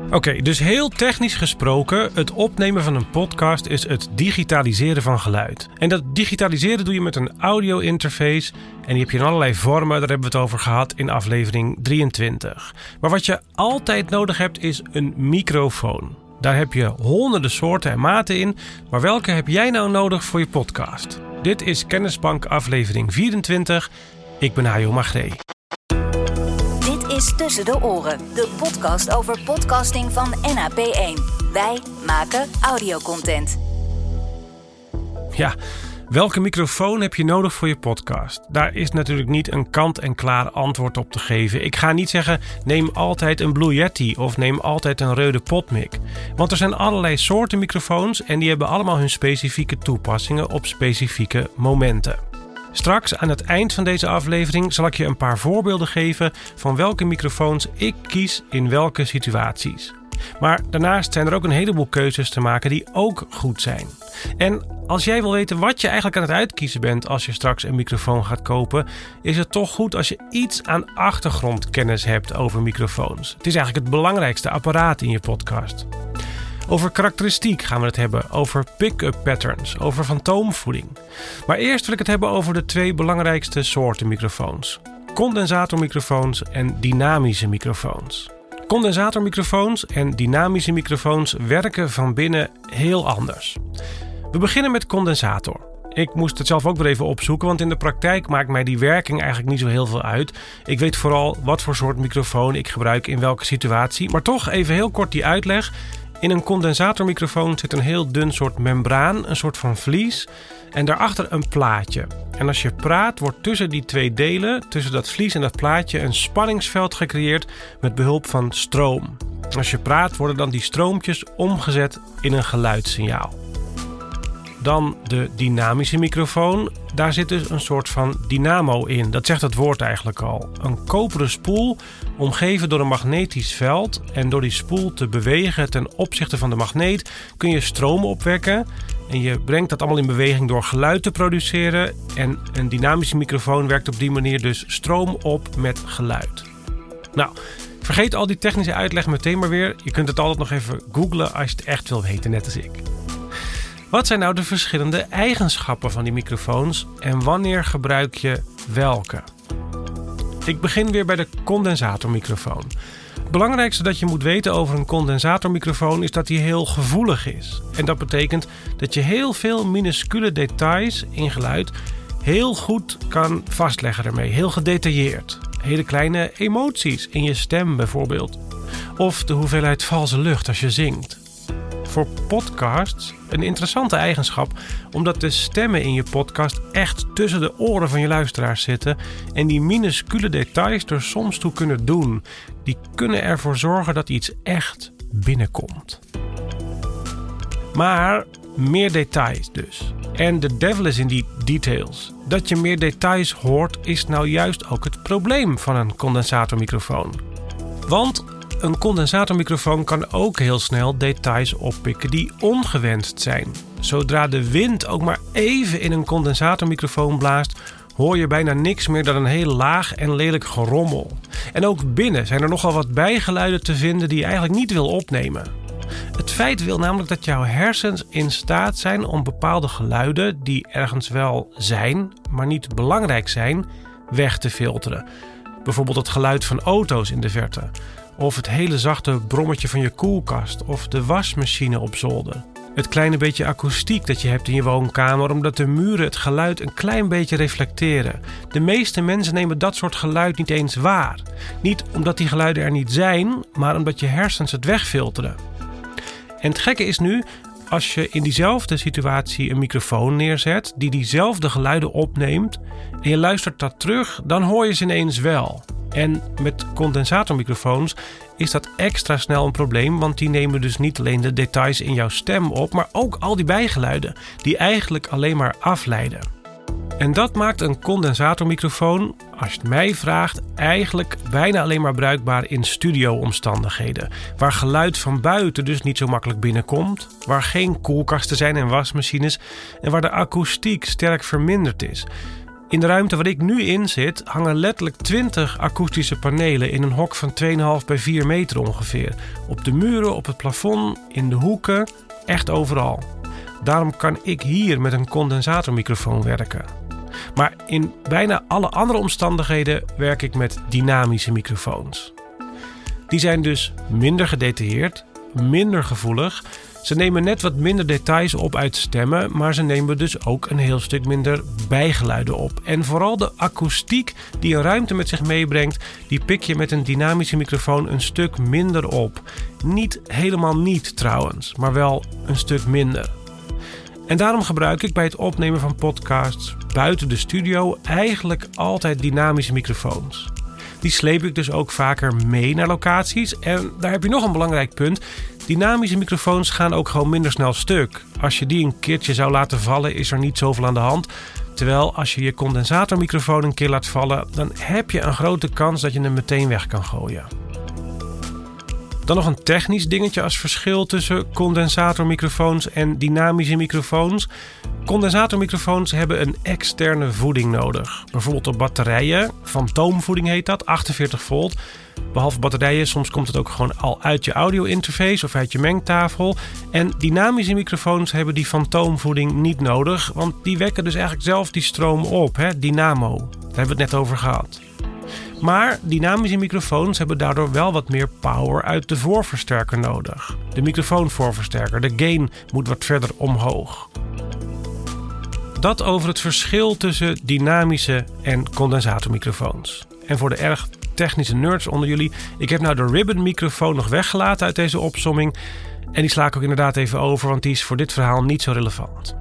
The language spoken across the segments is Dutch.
Oké, dus heel technisch gesproken, het opnemen van een podcast is het digitaliseren van geluid. En dat digitaliseren doe je met een audio-interface en die heb je in allerlei vormen, daar hebben we het over gehad in aflevering 23. Maar wat je altijd nodig hebt is een microfoon. Daar heb je honderden soorten en maten in, maar welke heb jij nou nodig voor je podcast? Dit is Kennisbank aflevering 24. Ik ben Hajo Magree. Dit is Tussen de Oren, de podcast over podcasting van NAP1. Wij maken audiocontent. Ja, welke microfoon heb je nodig voor je podcast? Daar is natuurlijk niet een kant-en-klaar antwoord op te geven. Ik ga niet zeggen, neem altijd een Blue Yeti of neem altijd een Rode PodMic. Want er zijn allerlei soorten microfoons en die hebben allemaal hun specifieke toepassingen op specifieke momenten. Straks aan het eind van deze aflevering zal ik je een paar voorbeelden geven van welke microfoons ik kies in welke situaties. Maar daarnaast zijn er ook een heleboel keuzes te maken die ook goed zijn. En als jij wil weten wat je eigenlijk aan het uitkiezen bent als je straks een microfoon gaat kopen, is het toch goed als je iets aan achtergrondkennis hebt over microfoons. Het is eigenlijk het belangrijkste apparaat in je podcast. Over karakteristiek gaan we het hebben, over pick-up patterns, over fantoomvoeding. Maar eerst wil ik het hebben over de twee belangrijkste soorten microfoons. Condensatormicrofoons en dynamische microfoons. Condensatormicrofoons en dynamische microfoons werken van binnen heel anders. We beginnen met condensator. Ik moest het zelf ook weer even opzoeken, want in de praktijk maakt mij die werking eigenlijk niet zo heel veel uit. Ik weet vooral wat voor soort microfoon ik gebruik in welke situatie. Maar toch even heel kort die uitleg. In een condensatormicrofoon zit een heel dun soort membraan, een soort van vlies. En daarachter een plaatje. En als je praat, wordt tussen die twee delen, tussen dat vlies en dat plaatje, een spanningsveld gecreëerd met behulp van stroom. Als je praat, worden dan die stroompjes omgezet in een geluidssignaal. Dan de dynamische microfoon. Daar zit dus een soort van dynamo in. Dat zegt het woord eigenlijk al. Een koperen spoel, omgeven door een magnetisch veld. En door die spoel te bewegen ten opzichte van de magneet kun je stroom opwekken. En je brengt dat allemaal in beweging door geluid te produceren. En een dynamische microfoon werkt op die manier dus stroom op met geluid. Nou, vergeet al die technische uitleg meteen maar weer. Je kunt het altijd nog even googlen als je het echt wil weten, net als ik. Wat zijn nou de verschillende eigenschappen van die microfoons en wanneer gebruik je welke? Ik begin weer bij de condensatormicrofoon. Het belangrijkste dat je moet weten over een condensatormicrofoon is dat die heel gevoelig is. En dat betekent dat je heel veel minuscule details in geluid heel goed kan vastleggen ermee. Heel gedetailleerd. Hele kleine emoties in je stem bijvoorbeeld. Of de hoeveelheid valse lucht als je zingt. Voor podcasts een interessante eigenschap, omdat de stemmen in je podcast echt tussen de oren van je luisteraars zitten en die minuscule details er soms toe kunnen doen. Die kunnen ervoor zorgen dat iets echt binnenkomt. Maar meer details dus. En de devil is in die details. Dat je meer details hoort is nou juist ook het probleem van een condensatormicrofoon. Want een condensatormicrofoon kan ook heel snel details oppikken die ongewenst zijn. Zodra de wind ook maar even in een condensatormicrofoon blaast, hoor je bijna niks meer dan een heel laag en lelijk gerommel. En ook binnen zijn er nogal wat bijgeluiden te vinden die je eigenlijk niet wil opnemen. Het feit wil namelijk dat jouw hersens in staat zijn om bepaalde geluiden die ergens wel zijn, maar niet belangrijk zijn, weg te filteren. Bijvoorbeeld het geluid van auto's in de verte. Of het hele zachte brommetje van je koelkast of de wasmachine op zolder. Het kleine beetje akoestiek dat je hebt in je woonkamer omdat de muren het geluid een klein beetje reflecteren. De meeste mensen nemen dat soort geluid niet eens waar. Niet omdat die geluiden er niet zijn, maar omdat je hersens het wegfilteren. En het gekke is nu, als je in diezelfde situatie een microfoon neerzet die diezelfde geluiden opneemt en je luistert dat terug, dan hoor je ze ineens wel. En met condensatormicrofoons is dat extra snel een probleem, want die nemen dus niet alleen de details in jouw stem op, maar ook al die bijgeluiden die eigenlijk alleen maar afleiden. En dat maakt een condensatormicrofoon, als je het mij vraagt, eigenlijk bijna alleen maar bruikbaar in studio-omstandigheden. Waar geluid van buiten dus niet zo makkelijk binnenkomt, waar geen koelkasten zijn en wasmachines en waar de akoestiek sterk verminderd is. In de ruimte waar ik nu in zit hangen letterlijk 20 akoestische panelen in een hok van 2,5 bij 4 meter ongeveer. Op de muren, op het plafond, in de hoeken, echt overal. Daarom kan ik hier met een condensatormicrofoon werken. Maar in bijna alle andere omstandigheden werk ik met dynamische microfoons. Die zijn dus minder gedetailleerd, minder gevoelig. Ze nemen net wat minder details op uit stemmen, maar ze nemen dus ook een heel stuk minder bijgeluiden op. En vooral de akoestiek die een ruimte met zich meebrengt, die pik je met een dynamische microfoon een stuk minder op. Niet helemaal niet trouwens, maar wel een stuk minder. En daarom gebruik ik bij het opnemen van podcasts buiten de studio eigenlijk altijd dynamische microfoons. Die sleep ik dus ook vaker mee naar locaties. En daar heb je nog een belangrijk punt. Dynamische microfoons gaan ook gewoon minder snel stuk. Als je die een keertje zou laten vallen, is er niet zoveel aan de hand. Terwijl als je je condensatormicrofoon een keer laat vallen, dan heb je een grote kans dat je hem meteen weg kan gooien. Dan nog een technisch dingetje als verschil tussen condensatormicrofoons en dynamische microfoons. Condensatormicrofoons hebben een externe voeding nodig. Bijvoorbeeld op batterijen, fantoomvoeding heet dat, 48 volt. Behalve batterijen, soms komt het ook gewoon al uit je audio-interface of uit je mengtafel. En dynamische microfoons hebben die fantoomvoeding niet nodig, want die wekken dus eigenlijk zelf die stroom op, dynamo. Daar hebben we het net over gehad. Maar dynamische microfoons hebben daardoor wel wat meer power uit de voorversterker nodig. De microfoonvoorversterker, de gain moet wat verder omhoog. Dat over het verschil tussen dynamische en condensatormicrofoons. En voor de erg technische nerds onder jullie, ik heb nou de Ribbon microfoon nog weggelaten uit deze opsomming. En die sla ik ook inderdaad even over, want die is voor dit verhaal niet zo relevant.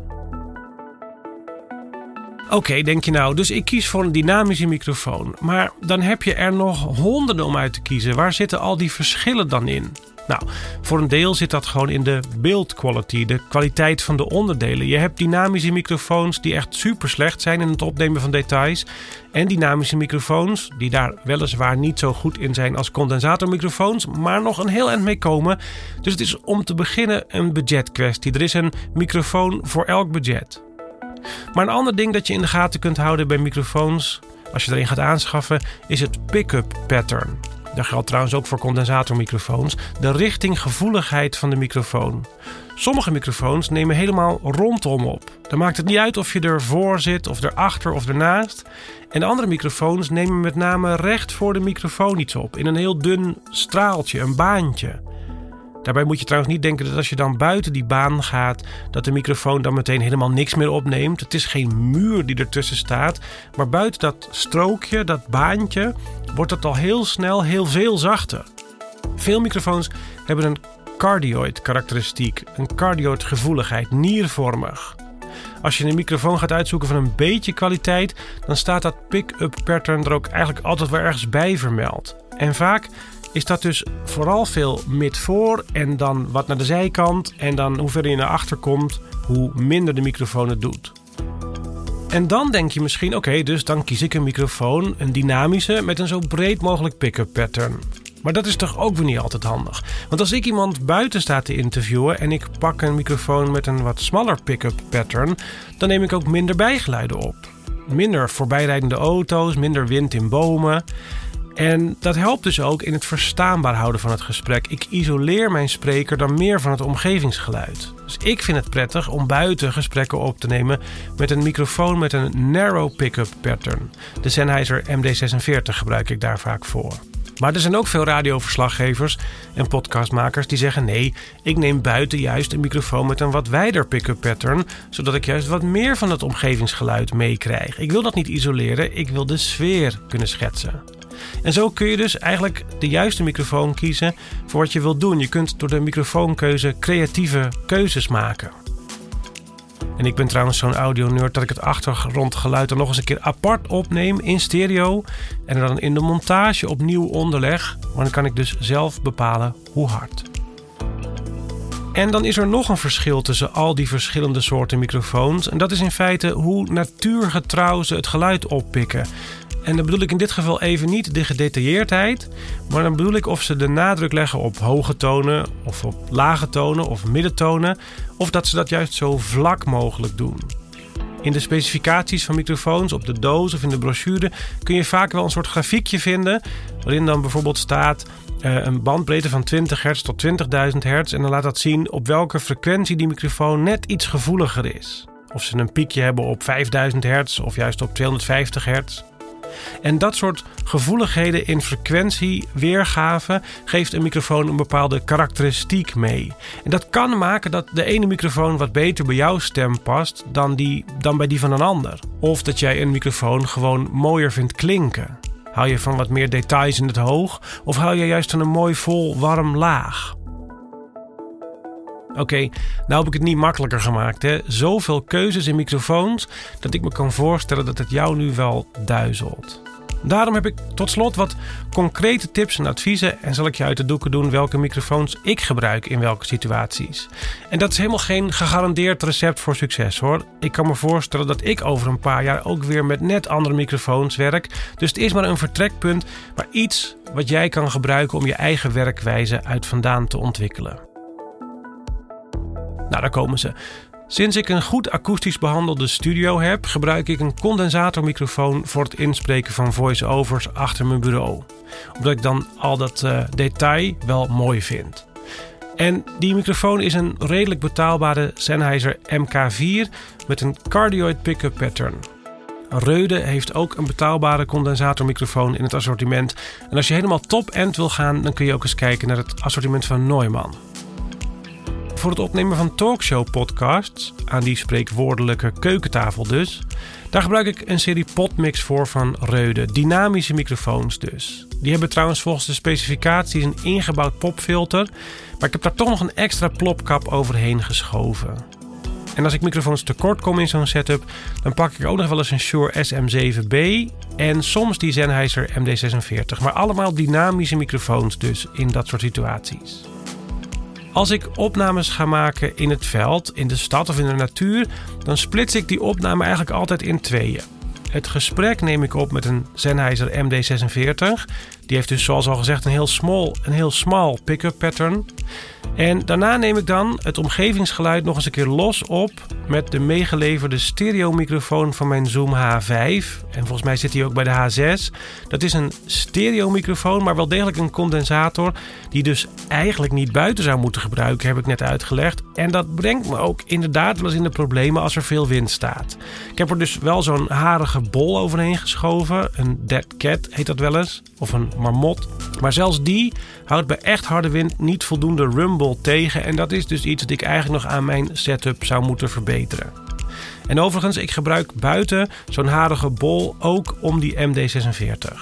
Oké, denk je nou, dus ik kies voor een dynamische microfoon. Maar dan heb je er nog honderden om uit te kiezen. Waar zitten al die verschillen dan in? Nou, voor een deel zit dat gewoon in de build quality, de kwaliteit van de onderdelen. Je hebt dynamische microfoons die echt super slecht zijn in het opnemen van details. En dynamische microfoons die daar weliswaar niet zo goed in zijn als condensatormicrofoons, maar nog een heel eind mee komen. Dus het is om te beginnen een budgetkwestie. Er is een microfoon voor elk budget. Maar een ander ding dat je in de gaten kunt houden bij microfoons, als je erin gaat aanschaffen, is het pick-up pattern. Dat geldt trouwens ook voor condensatormicrofoons. De richtinggevoeligheid van de microfoon. Sommige microfoons nemen helemaal rondom op. Dan maakt het niet uit of je ervoor zit, of erachter of ernaast. En de andere microfoons nemen met name recht voor de microfoon iets op. In een heel dun straaltje, een baantje. Daarbij moet je trouwens niet denken dat als je dan buiten die baan gaat, dat de microfoon dan meteen helemaal niks meer opneemt. Het is geen muur die ertussen staat, maar buiten dat strookje, dat baantje, wordt het al heel snel heel veel zachter. Veel microfoons hebben een cardioid karakteristiek, een cardioid gevoeligheid, niervormig. Als je een microfoon gaat uitzoeken van een beetje kwaliteit, dan staat dat pick-up pattern er ook eigenlijk altijd wel ergens bij vermeld. En vaak is dat dus vooral veel mid-voor en dan wat naar de zijkant. En dan hoe verder je naar achter komt, hoe minder de microfoon het doet. En dan denk je misschien, oké, dus dan kies ik een microfoon, een dynamische, met een zo breed mogelijk pick-up pattern. Maar dat is toch ook weer niet altijd handig. Want als ik iemand buiten sta te interviewen en ik pak een microfoon met een wat smaller pick-up pattern, dan neem ik ook minder bijgeluiden op. Minder voorbijrijdende auto's, minder wind in bomen. En dat helpt dus ook in het verstaanbaar houden van het gesprek. Ik isoleer mijn spreker dan meer van het omgevingsgeluid. Dus ik vind het prettig om buiten gesprekken op te nemen met een microfoon met een narrow pick-up pattern. De Sennheiser MD46 gebruik ik daar vaak voor. Maar er zijn ook veel radioverslaggevers en podcastmakers die zeggen nee, ik neem buiten juist een microfoon met een wat wijder pick-up pattern, zodat ik juist wat meer van het omgevingsgeluid meekrijg. Ik wil dat niet isoleren, ik wil de sfeer kunnen schetsen. En zo kun je dus eigenlijk de juiste microfoon kiezen voor wat je wilt doen. Je kunt door de microfoonkeuze creatieve keuzes maken. En ik ben trouwens zo'n audio-nerd dat ik het achtergrondgeluid dan nog eens een keer apart opneem in stereo. En er dan in de montage opnieuw onderleg. Maar dan kan ik dus zelf bepalen hoe hard. En dan is er nog een verschil tussen al die verschillende soorten microfoons. En dat is in feite hoe natuurgetrouw ze het geluid oppikken. En dan bedoel ik in dit geval even niet de gedetailleerdheid, maar dan bedoel ik of ze de nadruk leggen op hoge tonen of op lage tonen of middentonen, of dat ze dat juist zo vlak mogelijk doen. In de specificaties van microfoons op de doos of in de brochure kun je vaak wel een soort grafiekje vinden, waarin dan bijvoorbeeld staat een bandbreedte van 20 hertz tot 20.000 hertz. En dan laat dat zien op welke frequentie die microfoon net iets gevoeliger is. Of ze een piekje hebben op 5000 hertz of juist op 250 hertz. En dat soort gevoeligheden in frequentieweergave geeft een microfoon een bepaalde karakteristiek mee. En dat kan maken dat de ene microfoon wat beter bij jouw stem past dan bij die van een ander. Of dat jij een microfoon gewoon mooier vindt klinken. Hou je van wat meer details in het hoog of hou je juist van een mooi vol warm laag? Oké, nou heb ik het niet makkelijker gemaakt, hè? Zoveel keuzes in microfoons dat ik me kan voorstellen dat het jou nu wel duizelt. Daarom heb ik tot slot wat concrete tips en adviezen en zal ik je uit de doeken doen welke microfoons ik gebruik in welke situaties. En dat is helemaal geen gegarandeerd recept voor succes hoor. Ik kan me voorstellen dat ik over een paar jaar ook weer met net andere microfoons werk. Dus het is maar een vertrekpunt, maar iets wat jij kan gebruiken om je eigen werkwijze uit vandaan te ontwikkelen. Nou, daar komen ze. Sinds ik een goed akoestisch behandelde studio heb, gebruik ik een condensatormicrofoon voor het inspreken van voice-overs achter mijn bureau. Omdat ik dan al dat detail wel mooi vind. En die microfoon is een redelijk betaalbare Sennheiser MK4 met een cardioid pick-up pattern. Reude heeft ook een betaalbare condensatormicrofoon in het assortiment. En als je helemaal top-end wil gaan, dan kun je ook eens kijken naar het assortiment van Neumann. Voor het opnemen van talkshow-podcasts, aan die spreekwoordelijke keukentafel dus, daar gebruik ik een serie Podmix voor van Reude, dynamische microfoons dus. Die hebben trouwens volgens de specificaties een ingebouwd popfilter, maar ik heb daar toch nog een extra plopkap overheen geschoven. En als ik microfoons tekort kom in zo'n setup, dan pak ik ook nog wel eens een Shure SM7B en soms die Sennheiser MD46, maar allemaal dynamische microfoons dus in dat soort situaties. Als ik opnames ga maken in het veld, in de stad of in de natuur, dan splits ik die opname eigenlijk altijd in tweeën. Het gesprek neem ik op met een Sennheiser MD46. Die heeft dus zoals al gezegd een heel smal pick-up pattern. En daarna neem ik dan het omgevingsgeluid nog eens een keer los op met de meegeleverde stereomicrofoon van mijn Zoom H5. En volgens mij zit die ook bij de H6. Dat is een stereomicrofoon, maar wel degelijk een condensator die dus eigenlijk niet buiten zou moeten gebruiken, heb ik net uitgelegd. En dat brengt me ook inderdaad wel eens in de problemen als er veel wind staat. Ik heb er dus wel zo'n harige bol overheen geschoven. Een dead cat heet dat wel eens. Of een marmot. Maar zelfs die houdt bij echt harde wind niet voldoende rumble tegen. En dat is dus iets dat ik eigenlijk nog aan mijn setup zou moeten verbeteren. En overigens, ik gebruik buiten zo'n harige bol ook om die MD46.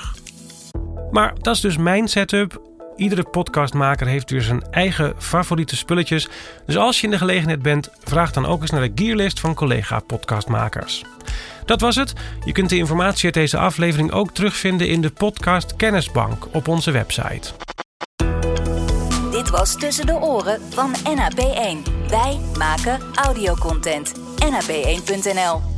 Maar dat is dus mijn setup. Iedere podcastmaker heeft weer zijn eigen favoriete spulletjes. Dus als je in de gelegenheid bent, vraag dan ook eens naar de gearlist van collega-podcastmakers. Dat was het. Je kunt de informatie uit deze aflevering ook terugvinden in de podcast Kennisbank op onze website. Dit was Tussen de Oren van NAP1. Wij maken audiocontent. NAP1.nl